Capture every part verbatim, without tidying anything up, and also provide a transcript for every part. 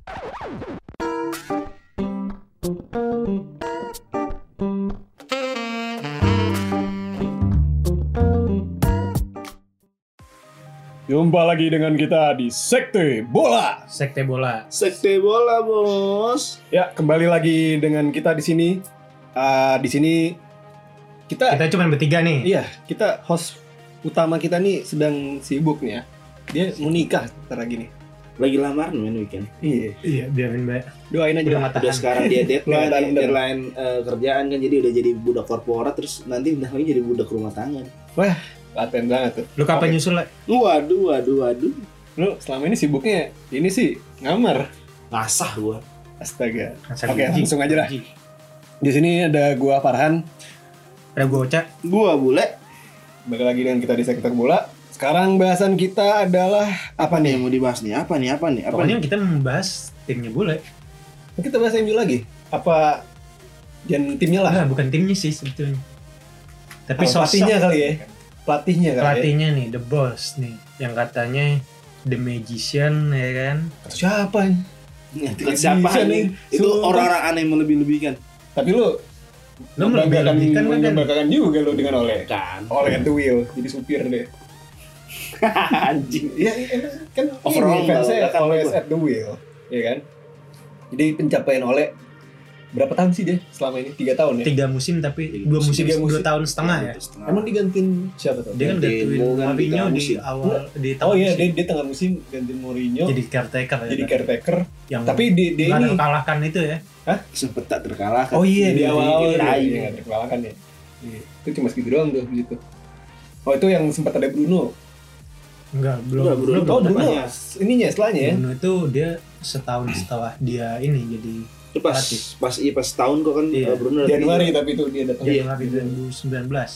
Jumpa lagi dengan kita di Sekte Bola. Sekte Bola. Sekte Bola, Bos. Ya, kembali lagi dengan kita di sini. Uh, di sini kita Kita cuma bertiga nih. Iya, kita host utama kita nih sedang sibuk nih ya. Dia mau nikah ntar lagi nih. Lagi lamaran main weekend. Iya. Iya, biarin Mbak. Doain aja. Udah Udah sekarang dia deadline, Bener, bener. deadline uh, kerjaan kan, jadi udah jadi budak korporat, terus nanti udah lagi jadi budak rumah tangga. Wah, laten banget tuh. Lu kapan Oke. nyusul lah? Waduh, waduh, waduh. Lu selama ini sibuknya ini sih ngamar. Ngasah gua. Astaga. Asal Oke, gaji. langsung aja lah. Di sini ada gua Farhan. Ada gua Oca. Gua bule. Balik lagi dengan kita di Sekte Bola. Sekarang bahasan kita adalah apa Nih nih? yang mau dibahas nih? Apa nih? Apa nih? Apa Pokoknya nih? kita membahas timnya bule. Kita bahas M U lagi. Apa dan timnya lah? Nah, bukan timnya sih sebetulnya. Tapi Apa, sosok pelatihnya kali ya. Pelatihnya kali pelatihnya nih, the boss nih, yang katanya the magician ya kan. ya. Atau siapa nih? Itu Nggak siapa bisa nih? nih. Itu Sumpah. orang-orang aneh yang melebih-lebihkan. Tapi lu Lu membanggakan melebih-lebihkan kan? membanggakan juga lu dengan Ole. Kan. Ole at the wheel, jadi supir deh. Anjing. Iya, iya, kan Overall ini fansnya membanggakan always gua. at the wheel, ya kan? Jadi pencapaian Ole berapa tahun sih dia selama ini? Tiga tahun ya? Tiga musim tapi Tiga dua musim. musim, Tiga dua musim. tahun setengah ya. Setengah. Emang digantiin siapa tuh? Dia kan Gantiin gantuin Mourinho di Mourinho tengah di musim. awal di Oh tengah iya, musim. dia, dia tengah musim gantiin Mourinho, Jadi caretaker ya. jadi kan? caretaker. Yang Tapi dia, dia nggak ini ada kalahkan itu ya. Sempet tak terkalahkan. oh iya di Iya, awal iya, dia iya. nggak terkalahkan ya. Iya. Itu cuma segitu doang tuh gitu. Oh itu yang sempat ada Bruno. Enggak, belum. Enggak, Bruno. Oh Bruno, depannya. ininya setelahnya ya. Bruno itu dia setahun setelah dia ini jadi Itu pas Pelatih. pas iya pas tahun kok kan Iya. uh, Bruno datang. Januari tapi itu dia datang. Iya. Januari dua ribu sembilan belas.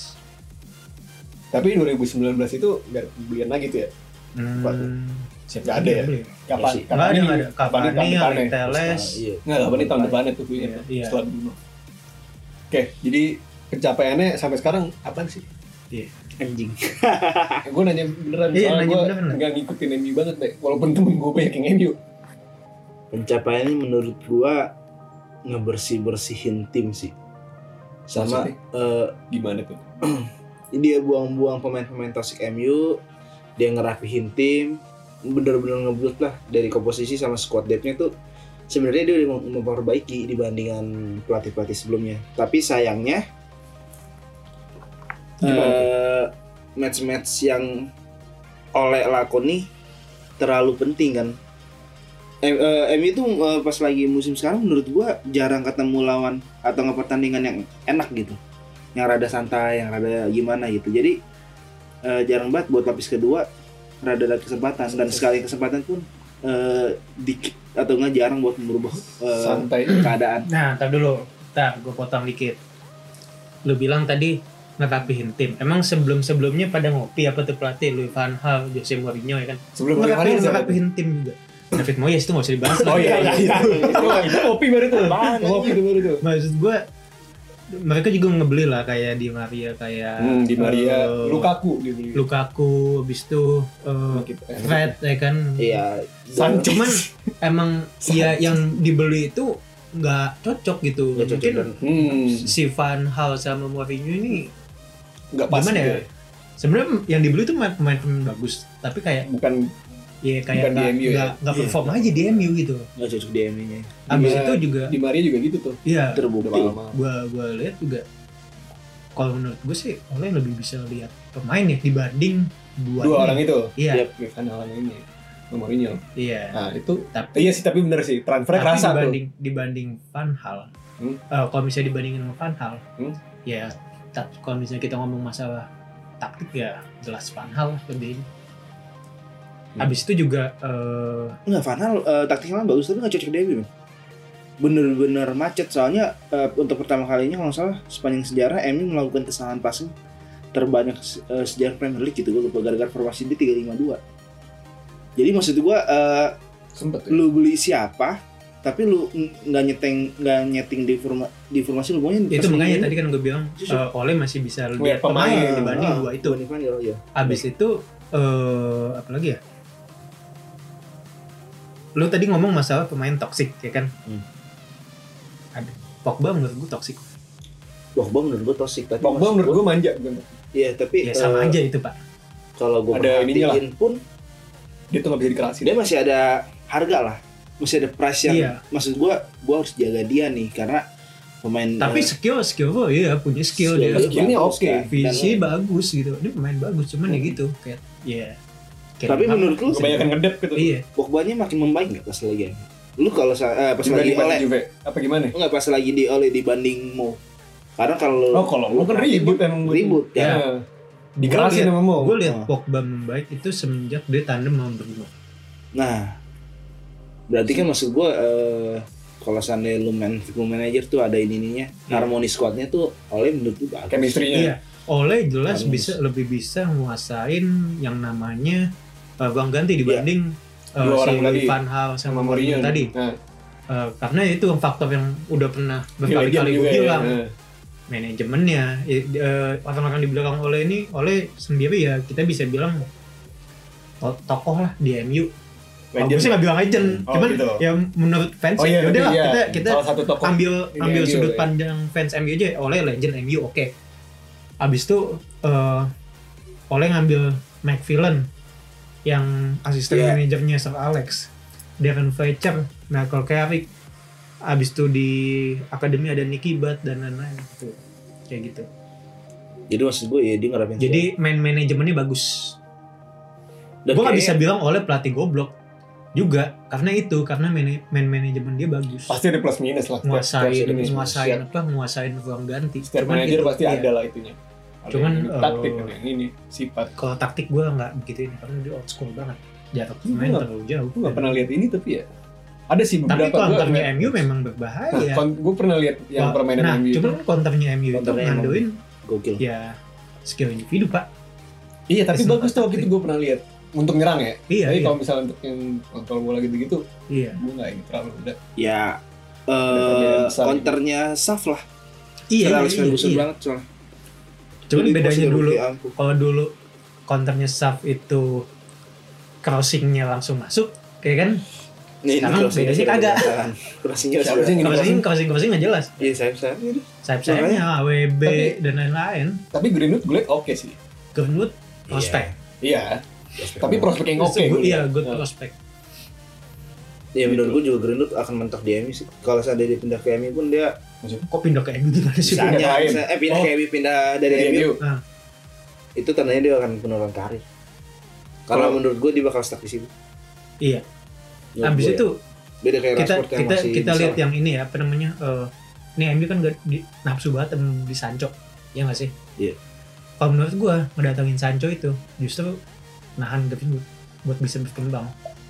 Tapi dua ribu sembilan belas itu nggak belian lagi tuh ya. Hmm, Siapa ada ya? beli? Kapan? sih. Nggak ada, ini? nggak ada. Kapan ini tahun Cavani, depannya? Alex Telles. Iya. Nggak, kapan ini tahun depannya tuh belinya Iya, tuh, iya. setelah Bruno. Oke, jadi pencapaiannya sampai sekarang apa sih? Iya. Anjing. Eh, gue nanya beneran, Iya, soalnya nanya gue beneran. nggak ngikutin M U banget deh. Walaupun temen gue banyak yang M U. Pencapaiannya menurut gua ngebersih-bersihin tim sih. Sama Maksudnya? eh, Gimana tuh? dia buang-buang pemain-pemain toxic M U, dia ngerapihin tim, bener-bener ngebuild lah dari komposisi sama squad depth-nya tuh. Sebenarnya dia udah mem- memperbaiki dibandingkan pelatih-pelatih sebelumnya. Tapi sayangnya Gimana tuh? eh, match-match yang oleh lakoni terlalu penting kan. M, eh, M U itu eh, pas lagi musim sekarang menurut gua jarang ketemu lawan atau nggak pertandingan yang enak gitu, yang rada santai, yang rada gimana gitu. Jadi eh, jarang banget buat lapis kedua rada ada kesempatan, dan sekali kesempatan pun eh, dikit atau nggak jarang buat merubah eh, Santai. keadaan. Nah, tar dulu. Tar, gue potong dikit. Lu bilang tadi ngerapihin tim. Emang sebelum-sebelumnya pada ngopi apa tuh pelatih? Louis van Gaal, Jose Mourinho ya kan? Sebelum Ngerapihin, siapa tuh? ngerapihin tim juga. David Moyes itu nggak usah dibahas lah. Oh iya, iya, iya. Itu itu kopi baru tuh. Kopi itu baru tuh. Maksud gue mereka juga ngebeli lah kayak Di Maria, kayak Hmm, Di Maria, eh, Lukaku dibeli. Lukaku, habis itu eh, Eh, Fred ya kan. Iya. San- Cuman emang ya yang dibeli itu nggak cocok gitu. Nggak cocok Mungkin dan Hmm, si Van Gaal sama Mourinho ini nggak pas gimana gitu ya? Sebenarnya yang dibeli itu pemain-pemain bagus, tapi kayak Bukan ya kayak Bukan di nggak M U ya? nggak nggak Iya. perform aja di M U gitu. nggak cocok di M U-nya. Abis Iya. itu juga, Di Maria juga gitu tuh. iya, Terbukti. Udah lama. gua gua lihat juga. Kalau menurut gue sih, Oleh lebih bisa lihat pemain ya dibanding dua, Dua ini. orang itu. Iya, Yep. Van Halen ini. Mourinho. iya. Nah, itu Tapi iya sih, tapi bener sih. Transfer tapi kerasa tuh. dibanding dibanding Van Gaal, Hmm. eh, kalau misalnya dibandingin sama Van Gaal, Hmm. ya ta- kalau misalnya kita ngomong masalah taktik ya jelas Van Gaal lebih. Hmm. Habis itu juga eh, Enggak, Van Gaal uh, taktiknya mah bagus tapi nggak cocok di M U. Man. Bener-bener macet, soalnya uh, untuk pertama kalinya kalau nggak salah sepanjang sejarah M U melakukan kesalahan passing terbanyak uh, sejarah Premier League gitu. Gue lupa, gara-gara formasi dia tiga lima dua. Jadi maksud gue uh, Sempet ya. lu beli siapa tapi lu ng- nggak nyeteng nggak nyeting di forma di formasi lu pokoknya itu pas makanya ini- tadi kan gue bilang Justru. eh, Oleh masih bisa Lihat lihat pemain pemain gitu. dibanding Ah, dua itu. dibanding Van Gaal, ya. Habis itu eh apa lagi ya? lu tadi ngomong masalah pemain toksik ya kan? Hmm. Ada Pogba menurut gue toksik. Pogba menurut gue toxic tapi Pogba menurut gue manja gitu. Iya tapi Ya sama eh, aja itu pak. kalau gue Ada ininya perhatiin pun Dia tuh nggak bisa dikerasin. dia masih ada harga lah, masih ada price yang Iya. maksud gue gue harus jaga dia nih karena pemain Tapi eh, skill skill oh iya punya skill, skill dia. Skillnya bagus oke. kan. Visi Dan- bagus gitu. Dia pemain bagus cuman ya gitu kayak ya. kayak Tapi apa, menurut lu Kebanyakan ngedep gitu. iya. Pogba-nya makin membaik nggak pas lagi lu kalau sa- eh, pas lagi Dibanding oleh Juve. Apa gimana? enggak pas lagi di oleh dibanding Mo karena kalau Oh kalau lu kan ribut emang. ribut Ya. ya. Ya. Dikerasin sama Mo. Gue lihat Oh. Pogba membaik itu semenjak dia tandem sama Bruno. Nah berarti kan maksud gue eh, kalau seandainya lu main football manager tuh ada ini ininya Iya. harmoni squadnya tuh oleh menurut gue bagus. Chemistry-nya. Iya. Oleh jelas Harus. bisa lebih bisa nguasain yang namanya uh, ruang ganti dibanding uh, Dua si orang tadi. Louis van Gaal sama Sama Mourinho Mourinho tadi. Nah, Uh, karena itu faktor yang udah pernah legend berkali-kali juga gue ya. bilang. Nah. Manajemennya i- uh, orang-orang di belakang Oleh ini Oleh sendiri ya kita bisa bilang to- tokoh lah di M U. Legend. Aku sih nggak bilang legend, Oh, cuman gitu. ya menurut fans Oh iya, ya udah lah iya. kita kita salah satu tokoh. ambil Ini ambil M U, sudut ya. pandang fans M U aja. Oleh legend M U oke. Abis itu uh, Oleh ngambil McFillan yang asisten Iya. manajernya Sir Alex, Darren Fletcher, Michael Carrick. Abis itu di akademi ada Nicky Butt dan lain-lain gitu. Kayak gitu. Jadi maksud gue ya dia ngerapin. Jadi main manajemennya bagus. dan Gue nggak kayaknya- bisa bilang Oleh pelatih goblok juga karena itu karena man, man manajemen dia bagus. Pasti ada plus minus lah. Setiap- setiap Nguasain jenis. nguasain apa nguasain ruang ganti. Setiap Cuman manajer itu, pasti iya. ada lah itunya. Ada Cuman, yang ini taktik, eh, ada yang ini sifat. Kalau taktik gue nggak begitu ini karena dia old school banget. Jarak Iya, main gua terlalu jauh. Gue nggak pernah lihat ini tapi ya ada sih Tapi beberapa. counternya gua- M U memang berbahaya. gue pernah lihat yang Wah, permainan nah, M U itu. cuman counternya M U itu Counternya emang ngandoin gokil. ya skill individu pak. Iya tapi It's not bagus tuh waktu taktik. itu gue pernah lihat untuk nyerang ya. Iya Tapi iya. kalau misalnya untuk yang kontrol bola gitu-gitu, Iya. gue nggak ini terlalu udah. Ya perbedaan eh besar counternya Saf lah. Iya. Karena iya, Alex iya, Ferguson iya. banget soalnya. Cuman Jadi bedanya posisi dulu rookie ampuh. kalau dulu counternya Saf itu crossingnya langsung masuk, kayak kan? Nih, Sekarang crossingnya bedanya sudah kagak. berjalan. Crossingnya Siapa sudah. sih yang ini Crossing, crossing, crossing nggak jelas. Iya saya saya ini. Sayap-sayapnya A W B Tapi- dan lain-lain. Tapi Greenwood gue liat oke sih. Greenwood prospek. Iya. Tapi prospek yang oke. Good- gue Iya, liat. good Nah. prospek. Ya menurut gue juga Greenwood akan mentok di M U sih. Kalau seandainya dia pindah ke M U pun dia Kok pindah ke M U gimana sih? Bisa. misalnya lain. misalnya- eh pindah Oh. ke M U pindah dari Dari M U M U. Ah. itu tandanya dia akan penurunan karir. Karena Kalau- menurut gue dia bakal stuck di situ. Iya. Menurut Abis gue ya. itu beda kayak kita Rashford yang kita masih kita bisa lihat lah. yang ini ya apa namanya? eh ini M U kan gak di, nafsu banget sama di Sancho, ya nggak sih? Iya. Kalau menurut gua ngedatangin Sancho itu justru nahan Greenwood buat bisa berkembang.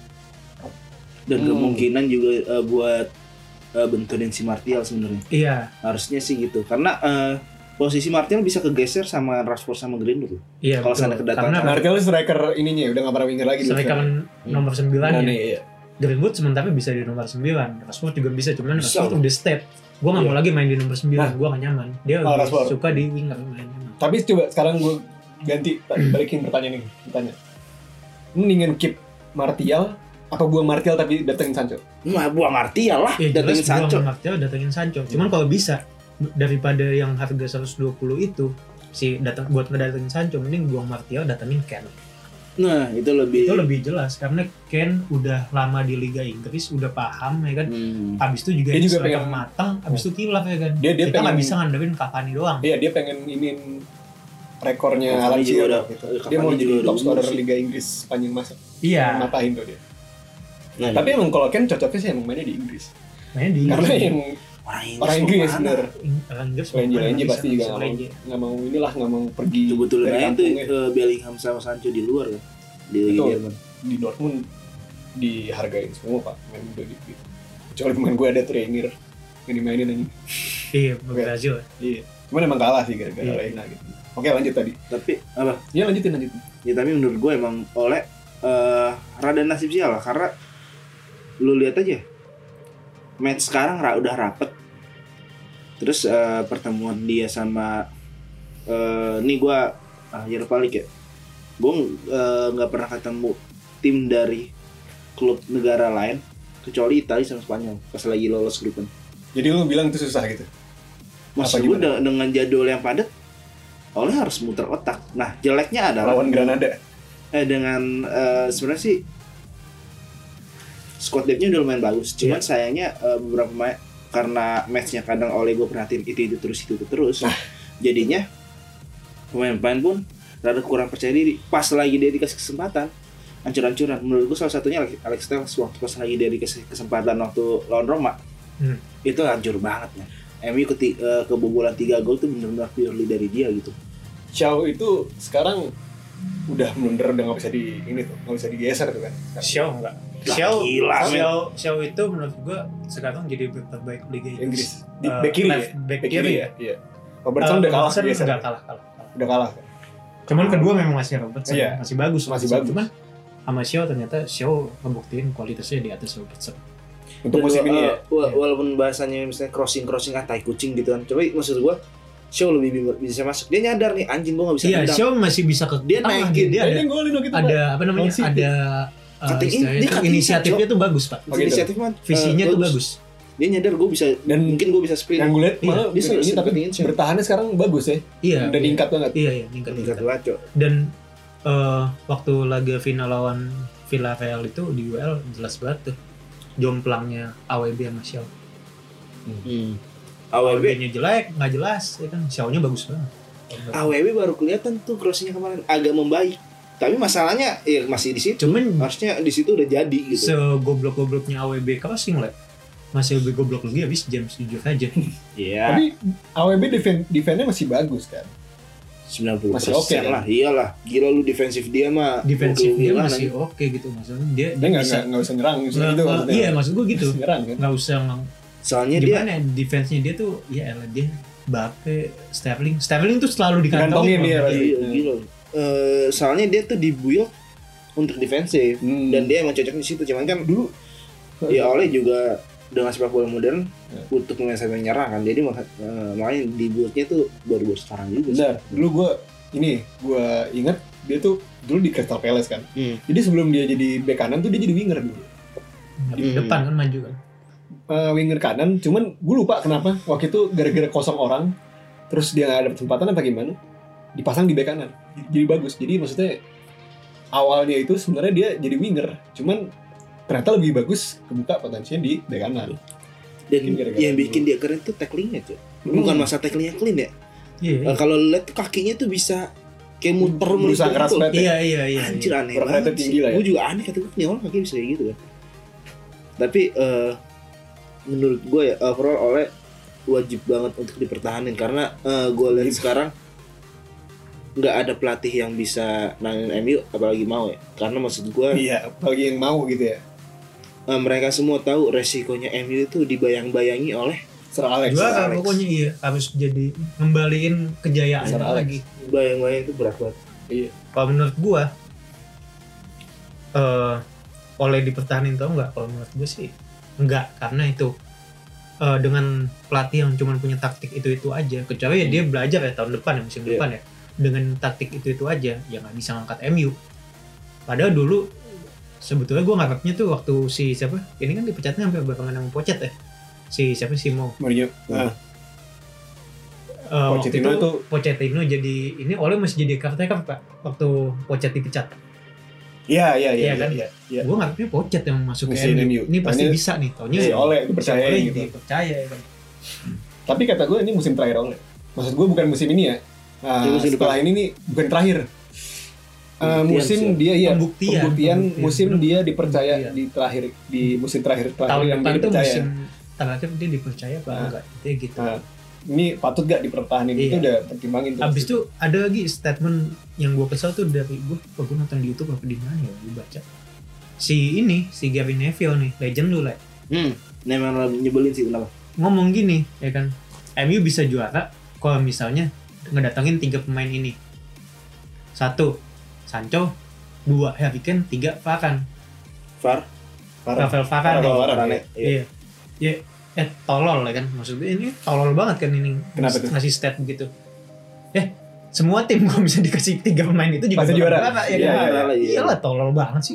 dan Hmm. kemungkinan juga eh, buat eh, benturin si Martial sebenarnya. Iya, Harusnya sih gitu. Karena eh, posisi Martial bisa kegeser sama Rashford sama Greenwood. iya Kalau betul. sana kedatangan- Karena Martial striker ininya ya, udah nggak pernah winger lagi. dulu striker sekarang. nomor sembilan Nah, ya. nih, iya. Greenwood sementara bisa di nomor sembilan. Rashford juga bisa, cuman Bisa. Rashford udah step. Gua nggak mau Iya. lagi main di nomor sembilan, Nah. gua gak nyaman. Dia Oh, lebih Rashford. suka di winger main. Tapi coba sekarang gue ganti balikin pertanyaan ini, bertanya. Mendingan keep Martial atau buang Martial tapi datengin Sancho? Nah, buang Martial lah, Ya jelas datengin Sancho. buang Martial datengin Sancho. Cuman kalau bisa daripada yang harga seratus dua puluh itu si datang buat ngedatengin Sancho mending buang Martial datengin Ken. Nah, itu lebih Itu lebih jelas karena Ken udah lama di Liga Inggris, udah paham ya kan. Hmm. Abis itu juga, Dia juga striker pengen- matang, abis itu kilaf ya kan. Dia- dia Kita nggak pengen- bisa ngandelin Cavani doang. Iya, dia pengen inin rekornya Cavani Alan juga Shearer udah- gitu. Cavani Dia mau juga jadi udah top scorer umur sih. Liga Inggris sepanjang masa. Iya. Matahin tuh dia. Nah, Tapi emang kalau Ken cocoknya sih emang mainnya di Inggris. Mainnya di Karena yang orang Inggris, orang mau Inggris mana? bener. orang Inggris Lenji mana Lenji bisa- pasti juga bisa nggak mau Lenji. nggak mau inilah nggak mau pergi Kebetulan dari aja tuh kampungnya. eh, Bellingham sama Sancho di luar kan. Di Liga Betul. Jerman. Di Dortmund dihargain semua pak main muda gitu. Kecuali pemain gue ada trainer yang dimainin aja. Iya, Brazil. Iya. Cuman emang kalah sih gara-gara Iya. Reina gitu. Oke lanjut tadi. Tapi apa? Iya lanjutin lanjutin. Ya tapi menurut gue emang oleh eh rada nasib sial lah karena lu lihat aja match sekarang ra- udah rapet. Terus eh, pertemuan dia sama eh nih gue ah Europa League ya. Gue eh, nggak pernah ketemu tim dari klub negara lain kecuali Italia sama Spanyol pas lagi lolos grup kan. Jadi lu bilang itu susah gitu. Maksud gue de- dengan jadwal yang padat, Ole harus muter otak. Nah jeleknya adalah Lawan Granada. Eh dengan uh, sebenarnya sih squad depth-nya udah lumayan bagus. Cuman yeah. sayangnya uh, beberapa ma- karena match-nya kadang Ole gue perhatiin itu itu terus itu, itu terus. Nah. Jadinya pemain-pemain pun rada kurang percaya diri. Pas lagi dia dikasih kesempatan, hancur-hancuran. Menurut gue salah satunya Alex Telles waktu pas lagi dia dikasih kesempatan waktu lawan Roma. Hmm. Itu hancur banget ya. M U keti- uh, kebobolan tiga gol tuh benar-benar purely dari dia gitu. Xiao itu sekarang udah blunder, udah nggak bisa di ini tuh, nggak bisa digeser tuh kan. Xiao enggak. Xiao, Xiao, Xiao itu menurut gua sekarang jadi back terbaik Liga Inggris. Di uh, back kiri ya? Back kiri ya? Iya. Robertson uh, udah kalah, Robertson udah kalah, kalah, kalah. Udah kalah. Cuman kedua memang masih Robertson, iya. masih bagus, masih bagus. Cuman sama Xiao ternyata Xiao ngebuktiin kualitasnya di atas Robertson. Untuk musim ini ya. Uh, walaupun bahasanya misalnya crossing-crossing ah tai kucing gitu kan. Coba maksud gua Xiao lebih bisa masuk. Dia nyadar nih anjing gua enggak bisa nendang. Iya, Xiao masih bisa ke dia naikin. Dia ada, gitu, ada apa namanya? Ada uh, ini, inisiatifnya tuh bagus, Pak. Oh, inisiatif mah visinya uh, tuh bagus. Dia nyadar gua bisa dan mungkin gua bisa sprint. Yang gue lihat malah dia ini tapi bertahannya sekarang bagus ya. Iya. Dan ningkat banget. Iya, iya, ningkat banget. Dan uh, waktu laga final lawan Villarreal itu di U L jelas banget tuh jomplangnya A W B sama Xiao. Hmm. A W B-nya jelek, nggak jelas, ya kan Xiao-nya bagus banget. A W B baru kelihatan tuh crossingnya kemarin agak membaik. Tapi masalahnya ya masih di situ. Cuman harusnya di situ udah jadi gitu. Segoblok-gobloknya A W B crossing lah. Masih lebih goblok lagi habis James jujur aja. Iya. Tapi A W B defend defense-nya masih bagus kan. sembilan puluh persen masih oke okay, lah, kan? Iyalah, gila lu defensif dia mah. Defensif dia masih oke okay gitu maksudnya dia. Dia nggak bisa nggak usah nyerang gitu. Uh, iya maksud gue gitu. Nyerang kan. Nggak usah ngang. Soalnya gimana dia. Defense-nya dia tuh ya elah dia Mbappe, Sterling, Sterling tuh selalu dikantongin dia. Iya, gila. Uh, soalnya dia tuh dibuild untuk defensif hmm. dan dia emang cocok di situ. Cuman kan dulu ya Ole juga dengan sepak bola modern ya. Untuk mengeser menyerang kan, jadi uh, makanya di build-nya tuh baru-baru sekarang juga. Benar. Dulu gue ini gue ingat dia tuh dulu di Crystal Palace kan. Hmm. Jadi sebelum dia jadi bek kanan tuh dia jadi winger dulu. Di hmm. depan kan maju kan. Uh, winger kanan, cuman gue lupa kenapa waktu itu gara-gara kosong orang, terus dia nggak ada kesempatan apa gimana, dipasang di bek kanan, jadi bagus. Jadi maksudnya awalnya itu sebenarnya dia jadi winger, cuman ternyata lebih bagus kebuka potensinya di bek kanan. Dan yang bikin dia keren tuh tacklingnya tuh, bukan hmm. masa tacklingnya clean ya. Yeah. Uh, kalau lihat kakinya tuh bisa kayak muter berusaha keras banget. Iya iya iya. Anjir iya. aneh banget. Ya? Gue juga aneh kata gue nih orang kaki bisa kayak gitu kan. Tapi uh, menurut gue ya overall Ole wajib banget untuk dipertahanin karena uh, gue lihat sekarang nggak ada pelatih yang bisa nangin M U apalagi mau ya. Karena maksud gue iya apalagi yang mau gitu ya. Uh, mereka semua tahu resikonya M U itu dibayang-bayangi oleh Sir Alex. Juga pokoknya iya harus jadi ngembaliin kejayaan lagi. Bayang-bayang itu berat banget. Iya. Kalau menurut gua uh, oleh dipertahanin tau nggak? Kalau menurut gua sih enggak, karena itu uh, dengan pelatih yang cuma punya taktik itu itu aja. Kecuali ya dia belajar ya tahun depan ya musim yeah. depan ya dengan taktik itu itu aja ya nggak bisa ngangkat M U. Padahal dulu sebetulnya gua ngarepnya tuh waktu si siapa ini kan dipecatnya sampai belakangan sama Pochet ya. Si siapa sih mau Mourinho. Nah. Uh, Pochettino itu, itu Pochettino jadi ini oleh masih jadi caretaker Pak waktu Pochet dipecat. Iya iya iya kan. Iya. Ya. Gue ngarepnya Pochet yang masuk ke M U. Ini pasti Tanya, bisa nih. Taunya si Ole percaya gitu. Percaya kan. Tapi kata gue ini musim terakhir Ole. Maksud gue bukan musim ini ya. Nah, setelah ini nih bukan terakhir. Uh, musim dia ya pembuktian, pembuktian pembuktian. musim Bener. dia dipercaya Pembuktian. di terakhir di musim terakhir terakhir tahun yang depan dia tuh dipercaya. musim terakhir dia dipercaya apa enggak dia gitu. Nah, ini patut gak dipertahanin iya. Itu udah pertimbangin. Abis itu ada lagi statement yang gue kesel tuh dari gue, oh, gue nonton di YouTube apa di mana ya gue baca. Si ini si Gary Neville nih legend lu lah. Hmm, memang nyebelin sih kenapa? Ngomong gini ya kan, M U bisa juara kalau misalnya ngedatangin tiga pemain ini. Satu Sancho, dua Harry Kane, tiga Varane. Var? Rafael Varane. Varane. Iya. Ya, eh tolol ya kan. Maksudnya ini tolol banget kan ini. Kenapa tuh? Ngasih stat begitu. Eh, semua tim kalau bisa dikasih tiga pemain itu juga juara. Ya, iya, kan? iya, Iyalah tolol banget sih.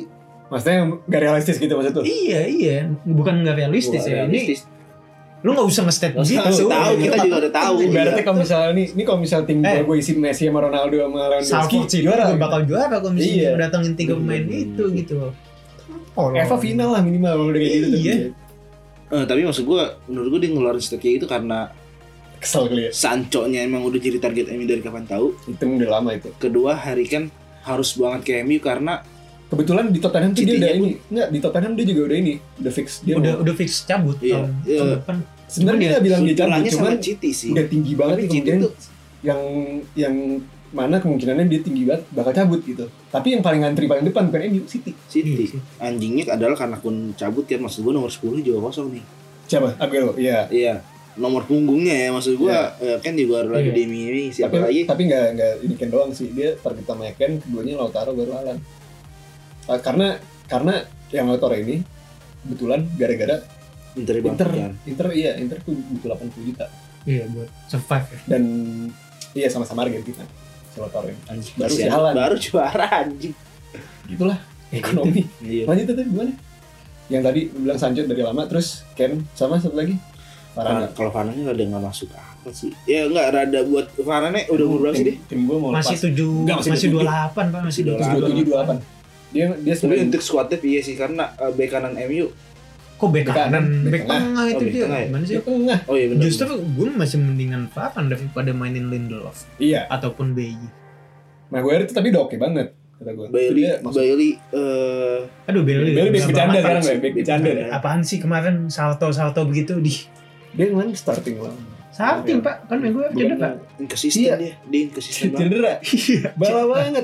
Maksudnya nggak realistis gitu maksud tuh. Iya iya, bukan nggak realistis Bukan ya. realistis. Ini lu nggak usah nge-state Nggak usah gitu. ngasih tahu, kita juga udah tahu. Ibaratnya Iya. kalau misalnya nih, ini kalau misalnya tim Eh. gue isi Messi sama Ronaldo sama Lewandowski Salford sih juara juga bakal juara kalau misalnya Iya. datangin tiga pemain Hmm. itu gitu. Oh, Eva final lah minimal kalau udah kayak gitu. Iya. Eh, tapi maksud gue, menurut gue dia ngeluarin stat kayak gitu karena Kesel kali ya. Sancho-nya emang udah jadi target M U dari kapan tahu. Itu udah lama itu. Kedua, Harry Kane harus banget ke M U karena Kebetulan di Tottenham tuh dia City-nya udah pun- ini. Enggak, di Tottenham dia juga udah ini, udah fix dia udah mau- udah fix cabut Iya, tahun, iya. tahun depan. sebenarnya dia nggak bilang dia cabut, suntilannya cuman sama City sih. udah tinggi banget Tapi nih City kemungkinan tuh yang yang mana kemungkinannya dia tinggi banget bakal cabut gitu. Tapi yang paling ngantri paling depan bukan M U, City. City. Iya sih. Anjingnya adalah karena Kun cabut kan, maksud gue nomor sepuluh juga kosong nih. Siapa? Aguero. Iya. Iya, nomor punggungnya ya maksud gue eh, kan di luar Iya. akademi ini siapa Tapi lagi? tapi nggak nggak ini Ken doang sih. Dia target sama Ken, keduanya Lautaro baru Alan. Ah, karena karena yang Lautaro ini kebetulan gara-gara Inter Bang Inter Pian. Inter iya Inter tuh butuh delapan puluh juta Iya buat survive ya. dan iya sama-sama Argentina si Lautaro ini. Anjing, Baru si kasihan. Haaland. Baru juara anjing. Gitulah Ya, ekonomi. Iya. Lanjut tadi gimana? Yang tadi lu bilang Sancho dari lama, terus Ken sama satu lagi Varane. Varane- Kalau Varane rada nggak masuk apa sih? Ya nggak rada buat Varane udah umur berapa sih dia? Tim gue mau Masih lepas. tujuh Enggak, masih masih dua dua puluh tujuh. delapan Pak, masih Dua dua dua tujuh dua delapan. Dia dia Tapi sebenarnya untuk squad depth iya sih karena uh, bek kanan M U. Kok bek Bek kanan, kanan, bek bek tengah. tengah itu Oh, bek dia. tengah ya? Gimana sih? dia tengah. Oh iya benar. Justru gue masih mendingan Varane daripada mainin Lindelof Iya. ataupun Bailly. Maguire itu tapi udah oke banget kata gue. Bailey, Dia masuk. Bailey eh Aduh Bailey. Bailey bek nggak bercanda banget, sekarang Pak. ya, bek bercanda deh. Apaan sih kemarin salto-salto begitu di Dia kemarin starting lah. salting Pak, kan gue Bukan- cedera Pak. inconsistent Iya. dia, dia inconsistent banget. Cedera. Iya. Bala banget.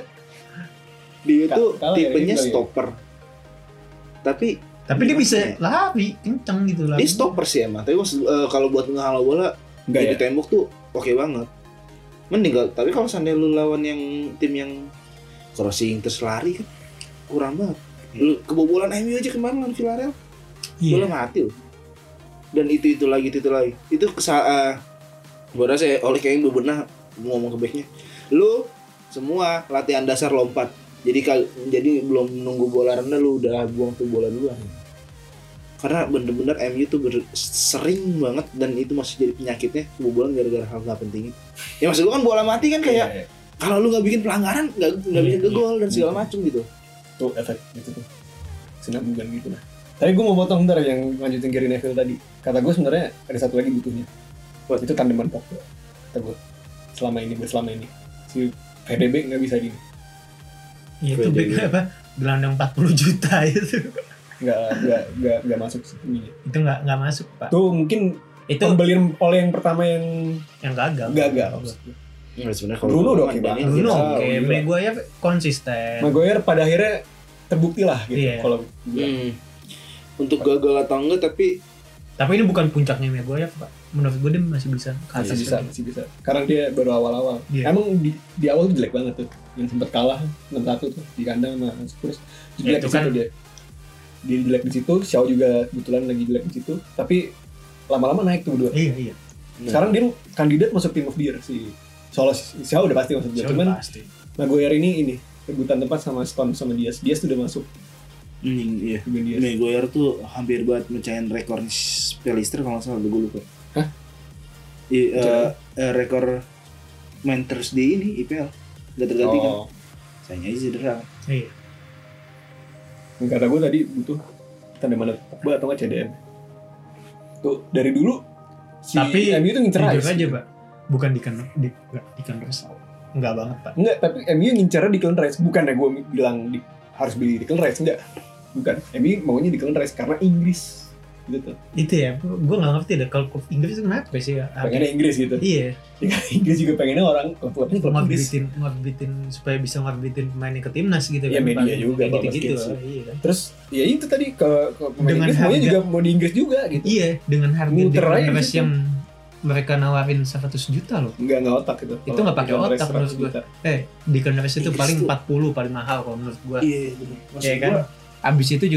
Dia Ka- tuh kalah ya, tipenya ini kali ya. stopper. Tapi Tapi dia bisa Gimana ya? lari kenceng gitu lah. dia stopper sih emang. Tapi maksud, eh, kalau buat ngehalau bola Enggak di ya. tembok tuh oke banget. Mending kalau tapi kalau seandainya lu lawan yang tim yang crossing terus lari kan kurang banget. Lu kebobolan M U aja kemarin lawan Villarreal. Bola Iya. mati loh. Dan itu itu lagi itu, itu lagi. Itu kesalahan. Gua rasa oleh kayaknya bebenah ngomong ke backnya. Lu semua latihan dasar lompat. Jadi kal- jadi belum nunggu bola rendah lu udah buang tuh bola duluan. Karena bener-bener M U tuh ber- sering banget dan itu masih jadi penyakitnya kebobolan gara-gara hal nggak penting itu. Ya maksud gua kan bola mati kan kayak Iya, iya. kalau lu nggak bikin pelanggaran nggak nggak Iya, bisa ke iya. gol dan segala Iya. macem gitu. Tuh efek gitu tuh. Sinambungan gitu lah. Tapi gue mau potong ntar yang lanjutin Gary Neville tadi. Kata gue sebenarnya ada satu lagi butuhnya. Wah itu tandeman Pogba. Kata gue selama ini gue selama ini si V D B nggak bisa gini. Iya itu Beda, bek beda. apa? Gelandang empat puluh juta itu. Nggak nggak nggak nggak masuk ininya. Itu nggak nggak masuk Pak. Tuh mungkin Itu pembelian oleh yang pertama yang yang gagal. gagal. Ya, sebenarnya Bruno udah oke pemain banget. ini Bruno kita oke, tahu. gila. Maguire konsisten. Maguire pada akhirnya terbukti lah gitu. Iya. Kalau gue Hmm. Untuk gagal atau enggak tapi Tapi ini bukan puncaknya Maguire Pak. Menurut gue dia masih bisa ke masih atas bisa lagi. masih bisa. Karena dia baru awal-awal. Iya. Emang di, di awal tuh jelek banget tuh. Yang sempat kalah enam satu tuh di kandang sama Spurs. Ya, Jelek itu di situ kan- dia. Dia jelek di situ, Xiao juga kebetulan lagi jelek di situ. Tapi lama-lama naik tuh berdua. Iya iya. Sekarang dia kandidat masuk Team of the Year si Solo Xiao udah pasti masuk dia. Saya Cuman udah pasti. Maguire ini ini rebutan tempat sama Stone sama Diaz. Diaz tuh udah masuk hmm, iya. juga Diaz. Maguire tuh hampir banget mecahin rekor Pelister kalau nggak salah gue lupa. Hah? Iya, Mecahin eh, eh, rekor main terus di ini I P L nggak tergantikan. Oh, Sayangnya aja cedera. Iya. kata gue tadi butuh tandeman Pogba atau nggak C D M. Tuh dari dulu si Tapi M U tuh ngincer jujur Rice. aja Pak. Bukan di kan di enggak di kan enggak banget Pak. Enggak, tapi M U ngincernya Declan Rice. Bukan ya gue bilang di, harus beli Declan Rice, enggak. Bukan, M U maunya Declan Rice karena Inggris gitu. Itu ya, gue nggak ngerti deh kalau klub Inggris itu kenapa sih ya? Pengennya Inggris gitu. Iya, Inggris juga pengennya orang klub-klubnya klub Inggris. ngorbitin, ngorbitin supaya bisa ngorbitin pemainnya ke timnas gitu Iya, kan. media Pak. juga, Kayak Pak, gitu-gitu basket lah, iya kan. Terus ya itu tadi ke, ke pemain Dengan Inggris maunya harga- juga mau di Inggris juga gitu. Iya, dengan harga Muter Declan aja Rice gitu. yang mereka nawarin seratus juta loh. Enggak enggak otak gitu. Itu nggak pakai Declan Rice otak menurut seratus gue. juta. Eh, Declan Rice itu Inggris paling tuh- empat puluh paling mahal kalau menurut gue. Iya, bener. Maksud Iya kan? gua, Abis itu juga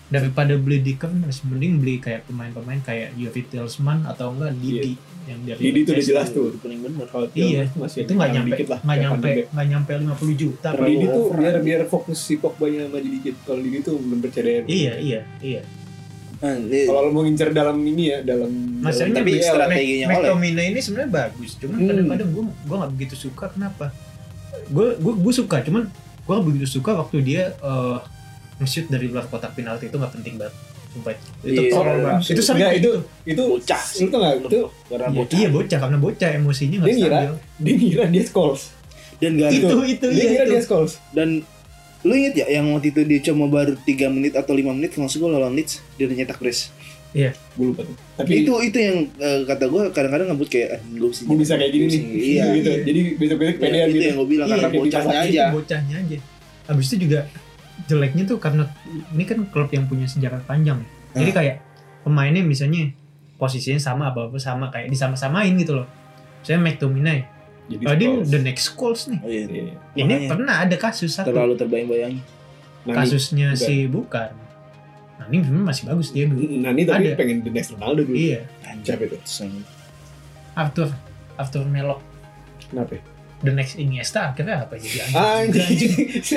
daripada beli Dika masih mending beli kayak pemain-pemain kayak Yuri Tillman atau enggak Didi yang dari Didi itu udah Manchester. jelas tuh. Itu paling bener. Kalau Iya, masih itu nggak nyampe dikit lah, nggak kayak nyampe Van de Beek. nggak nyampe lima puluh juta. Tapi Bro. Didi tuh over. biar biar fokus si Pogba-nya maju dikit. Kalau Didi tuh belum percaya. Iya iya iya. Nah, ini- Kalau lo mau ngincer dalam ini ya, dalam Masalahnya Tapi B L, strateginya Mac- oleh. McTominay ini sebenarnya bagus, cuman Hmm. kadang-kadang gue gue nggak begitu suka. Kenapa? Gue gue gue suka, cuman gue nggak begitu suka waktu dia uh, nge-shoot dari luar kotak penalti itu nggak penting banget. Sumpah. Itu Iya, tolol iya. banget. Itu sering Enggak, kayak itu gitu. itu Bocah Lu tau nggak? Itu karena Iya, bocah. iya bocah karena bocah emosinya nggak Dia ngira. stabil. dia ngira dia Scholes. Dan gak ada. Itu itu Dia iya ngira itu. dia Scholes. Dan lu inget ya yang waktu itu dia cuma baru tiga menit atau lima menit langsung gol lawan Leeds dia udah nyetak brace. Iya. Gue lupa tuh. Tapi Itu itu yang eh, kata gue kadang-kadang ngebut kayak ah, gue bisa gue bisa kayak gini nih. Iya. gitu. iya. Jadi besok-besok Ya, pedean itu gitu. yang gue bilang Iya, karena kayak bocahnya dipaksa aja. Itu bocahnya aja. Habis itu juga jeleknya tuh karena ini kan klub yang punya sejarah panjang. ya. Jadi Ah. kayak pemainnya misalnya posisinya sama apa-apa sama kayak disama-samain gitu loh. Saya McTominay. Jadi Oh, dia Scholes. the next Scholes nih. Oh, iya. Iya. Ini Makanya. pernah ada kasus satu. Terlalu terbayang-bayang. Nani. Kasusnya bukan. si bukan. Nah, ini sebenarnya masih bagus dia dulu. Nani tapi Ada. pengen the next Ronaldo dulu. Iya. Siapa itu? Arthur Arthur Melo Kenapa? the next Iniesta akhirnya apa jadi Anjing.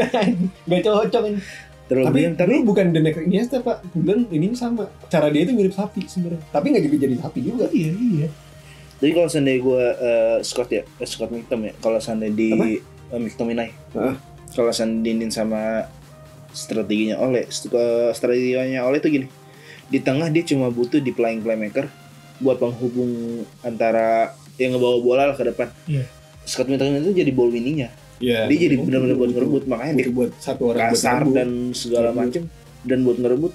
Gak cocok ini. Terlalu Tapi bayang tapi tapi bukan the next Iniesta pak. Gue bilang ini sama. Cara dia itu mirip sapi sebenarnya. Tapi nggak jadi jadi sapi juga. Iya iya. jadi kalau seandainya gue uh, Scott ya eh, Scott McTominay ya kalau seandainya di Apa? uh, McTominay Heeh. kalau seandainya sama strateginya Ole st- uh, strateginya Ole itu gini di tengah dia cuma butuh di playing playmaker buat penghubung antara yang ngebawa bola lah ke depan. Iya. Scott McTominay itu jadi ball winningnya. Iya. Dia jadi benar-benar buat ngerebut makanya dia buat satu orang buat kasar ngerebut. dan segala Ngerebut. macem dan buat ngerebut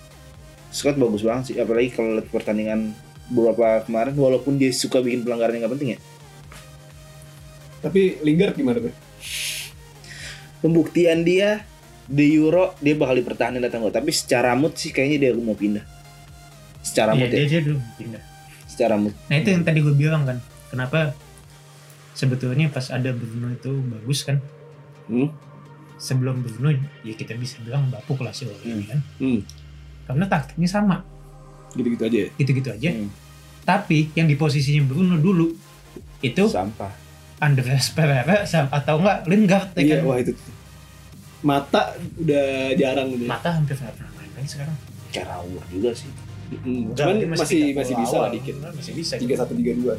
Scott bagus banget sih apalagi kalau lihat pertandingan beberapa kemarin walaupun dia suka bikin pelanggaran yang gak penting ya Tapi Lingard gimana tuh? pembuktian dia di Euro dia bakal dipertahankan datang gol tapi secara mood sih kayaknya dia mau pindah secara Iya, mood dia ya dia dulu pindah. secara mood Nah itu yang tadi gue bilang kan, kenapa sebetulnya pas ada Bruno itu bagus kan? Hmm? Sebelum Bruno ya kita bisa bilang bapuk lah sih ini kan. Hmm. Karena taktiknya sama, Gitu-gitu aja ya. gitu-gitu aja. Hmm. Tapi yang di posisinya Bruno dulu itu sampah Andreas Pereira sama- atau enggak Lingard ya Iya, kan? wah itu. Mata udah jarang gitu. ya. Mata hampir nggak pernah main lagi sekarang. Karawur juga sih Hmm. Enggak, Cuman dia masih tiga masih gol bisa awal. lah dikit. Masih bisa. Tiga satu tiga dua.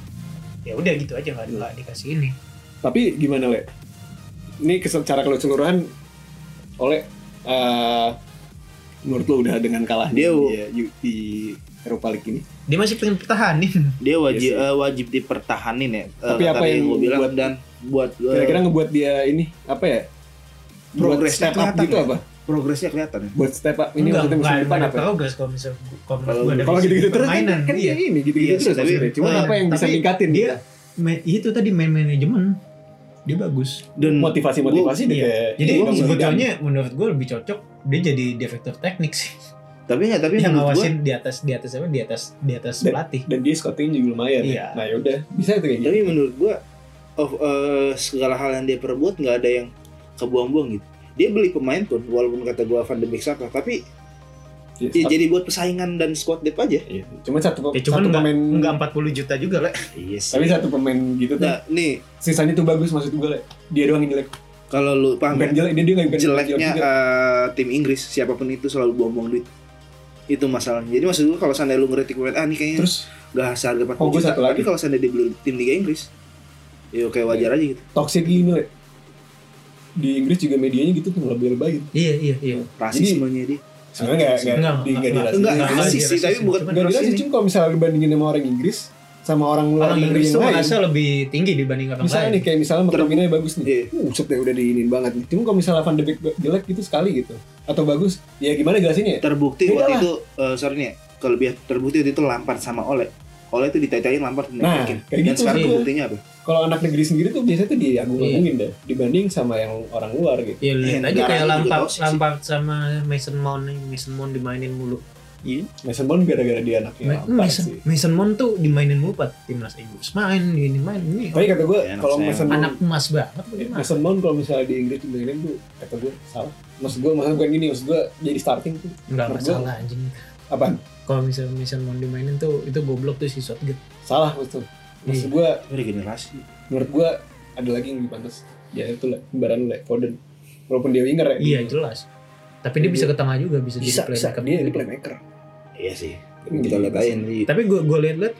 Ya udah gitu aja nggak nggak dikasih ini. Tapi gimana le? Ini kesel- cara keseluruhan oleh eh, menurut lo udah dengan kalahnya Dia- dia di, di Europa League ini. Dia masih pengen pertahanin. dia wajib Iya sih. eh, wajib dipertahanin ya. Eh, Tapi apa kata yang gue bilang buat- dan buat eh, Kira-kira ngebuat dia ini apa ya? Buat Progresnya step up kelihatan gitu ya? apa? progresnya kelihatan ya. Buat step up ini Enggak, maksudnya enggak musim depan ada apa? progres kalau misal kalau menurut Kalau- gua dari Kalau segi gitu-gitu terus kan, permainan, kan iya. dia ini gitu-gitu Iya, terus tapi- maksudnya. Cuma Nah, apa yang bisa tapi ningkatin dia dia? Ma- itu tadi main manajemen dia bagus. Dan Motivasi-motivasi Iya. deh kayak Jadi Iya, sebetulnya menurut gue lebih cocok dia jadi direktur teknik sih. tapi nggak tapi Yang menurut gua- ngawasin di atas di atas apa di atas di atas Dan- pelatih. dan dia scouting juga lumayan. Iya. Ya. Nah yaudah bisa itu kayak gitu. tapi menurut gua of eh, segala hal yang dia perbuat nggak ada yang kebuang-buang gitu. Dia beli pemain pun walaupun kata gua Van de Beek Saka tapi Iya, ya satu- jadi buat persaingan dan squad depth aja. iya. Cuma satu, Ya cuman satu enggak pemain enggak empat puluh juta juga lah. Iya tapi satu pemain gitu tuh Nah, nih sisanya tuh bagus maksud gue Le. Dia doang yang jelek. kalau lu paham Bukan ya, jelek, dia dia nggak bukan jeleknya jelek juga. eh, tim Inggris siapapun itu selalu buang-buang duit. Itu masalahnya. Jadi maksud gua kalau seandainya lu ngeritik pemain ah ini kayaknya Terus nggak seharga empat Oh, puluh gua juta. satu lagi. Tapi kalau seandainya dia beli tim Liga Inggris, ya kayak wajar aja gitu. toxic gini Le. Di Inggris juga medianya gitu tuh lebih-lebih gitu. Iya iya iya. Rasismenya dia. Sebenarnya nggak nggak Enggak, di enggak, nggak enggak. dirasa. Enggak, Nggak, rasis nggak sih, tapi dirasa, bukan cuman Nggak rasis dirasa ini. cuma kalau misalnya dibandingin sama orang Inggris sama orang luar Orang negeri Inggris yang tuh lain. merasa lebih tinggi dibanding orang Misalnya lain. nih kayak misalnya McTominay bagus nih. Iya. Uh, set deh udah diinin banget nih. Cuma kalau misalnya Van de Beek jelek gitu sekali gitu atau bagus, ya gimana jelasinnya ya? Terbukti Beda waktu lah. itu eh, sorry nih ya, kelebihan terbukti waktu itu Lampard sama Ole. Ole itu ditaitain Lampard Nah, dinaikin. kayak Dan gitu sekarang sih. terbuktinya apa? Kalau anak negeri sendiri tuh biasanya tuh diagung-agungin deh dibanding sama yang orang luar gitu. Ya lihat Eh, aja kayak negaranya juga Lampard toxic sih. Lampard sama Mason Mount nih, Mason Mount dimainin mulu. Iya. Mason Mount gara-gara dia anaknya Ma- Lampard Mason, sih. Mason Mount tuh dimainin mulu Pak. Timnas Inggris main, ini main, ini. Tapi kata gue Ya, anak kalau saya. Mason Mount Anak emas banget bagaimana? Mason Mount kalau misalnya di Inggris dimainin tuh kata gue salah. Maksud gue maksud bukan gini, maksud gue jadi starting tuh Enggak menurut gua- masalah anjing. apaan? Kalau misalnya Mason Mount dimainin tuh itu goblok tuh si Southgate. Salah maksud. Maksud Iya. gue Regenerasi. menurut gue ada lagi yang lebih pantas. Ya itu lah, kembaran lah, Foden. Walaupun dia winger ya. Iya jelas. Tapi dia bisa ke tengah juga, bisa, bisa, jadi bisa. playmaker. Dia di playmaker. Iya sih. Tapi Kita jadi lihat aja nanti. Tapi gue gue lihat-lihat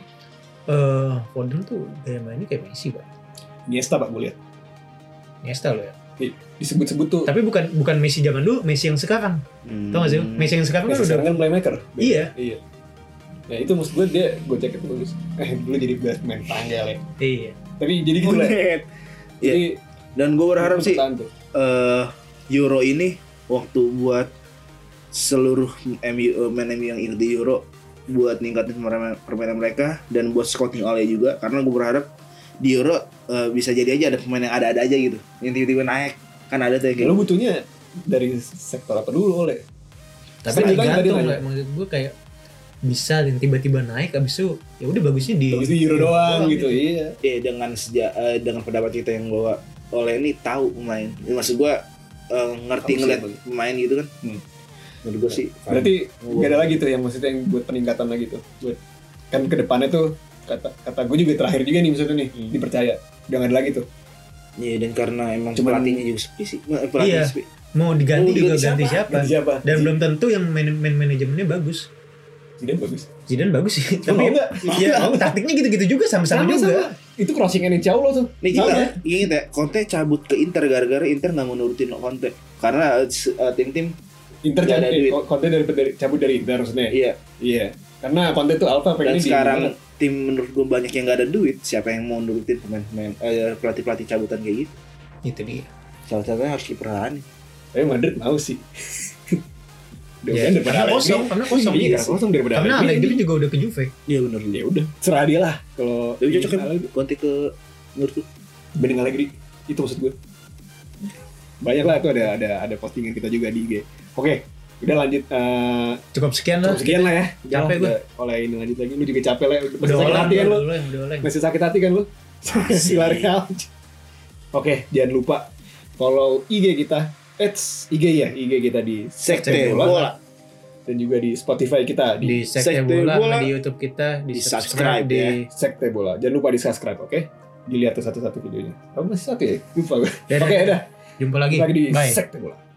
eh Foden tuh gaya mainnya kayak Messi Pak. Iniesta Pak gue lihat. Iniesta loh ya. Disebut-sebut tuh. Tapi bukan bukan Messi zaman dulu, Messi yang sekarang. Hmm. Tau gak sih? Messi yang sekarang kan Messi udah sekarang kan playmaker. Iya. Iya. Ya itu maksud gue dia gue cek itu bagus. Eh dulu jadi bahas main tanggal ya. iya. Tapi jadi gitu lah. Buset. Jadi Dan gue berharap sih bertahan tuh. eh Euro ini waktu buat seluruh M U eh, main M U yang ikut di Euro buat ningkatin permainan, permainan mereka dan buat scouting oleh juga karena gue berharap di Euro eh, bisa jadi aja ada pemain yang ada-ada aja gitu yang tiba-tiba naik kan ada tuh yang Ya, kayak lo butuhnya dari sektor apa dulu oleh? Tapi Sekarang tadi tergantung nanya. kayak maksud gue kayak bisa yang tiba-tiba naik abis itu ya udah bagusnya di Habis itu Euro doang gitu, iya. eh, dengan seja, eh, dengan pendapat kita yang bahwa oleh ini tahu pemain ya, maksud gue eh, ngerti Tahu ngeliat siapa. pemain gitu kan Hmm. menurut gue sih Berarti Oh. gak ada lagi tuh yang maksudnya yang buat peningkatan lagi tuh. Buat kan ke depannya tuh kata kata gue juga terakhir juga nih maksudnya nih Hmm. dipercaya. Udah gak ada lagi tuh. Iya dan karena emang Cuman- pelatihnya juga sepi sih Eh, pelatihnya Iya. sepi. mau diganti Mau juga diganti ganti siapa? siapa, Ganti siapa? dan belum tentu yang main, main manajemennya bagus. Zidane bagus. Zidane bagus sih Tapi tapi enggak. ya taktiknya gitu-gitu juga sama-sama juga. Itu crossingan Insya Allah tuh. Nih kita Sama. ingat ya, Conte cabut ke Inter gara-gara Inter nggak mau nurutin Conte karena uh, tim-tim Inter Nggak ada cabut, duit. eh, Conte dari, dari cabut dari Inter maksudnya. iya Iya. Karena Conte tuh alpha dan pengennya di- sekarang tim menurut gue banyak yang nggak ada duit siapa yang mau nurutin pemain-pemain eh, pelatih-pelatih cabutan kayak gitu Itu dia. salah satunya harus kiper Rani Tapi Madrid mau sih. Udah Ya, kan daripada karena Allegri. kosong, karena kosong. Iya, karena kosong daripada Karena Allegri. Allegri juga udah ke Juve. iya benar Ya udah, serah dia lah kalau lebih cocok kan Allegri Conte ke menurut gue dibanding Allegri. Itu maksud gue. Banyak lah tuh ada ada ada postingan kita juga di I G. Oke, udah lanjut eh Cukup sekian lah. cukup sekian lah ya. Capek Udah, gue. Oleh ini lanjut lagi. Lu juga capek lah. Masih Udah sakit oleng, hati kan lu? udah oleng, udah oleng. Masih sakit hati kan lu? Sila Real. Oke, jangan lupa follow I G kita. Eits, I G ya, I G kita di Sekte Bola. Bola Dan juga di Spotify kita di, Di Sekte Sekte Bola, Bola. di YouTube kita, di, Di subscribe, subscribe, di ya. Sekte Bola. Jangan lupa di subscribe, oke? Dilihat tuh satu-satu videonya. Kamu masih satu ya? Lupa gue. Dadah. Oke, udah. Jumpa lagi. Lagi di Bye. Sekte Bola.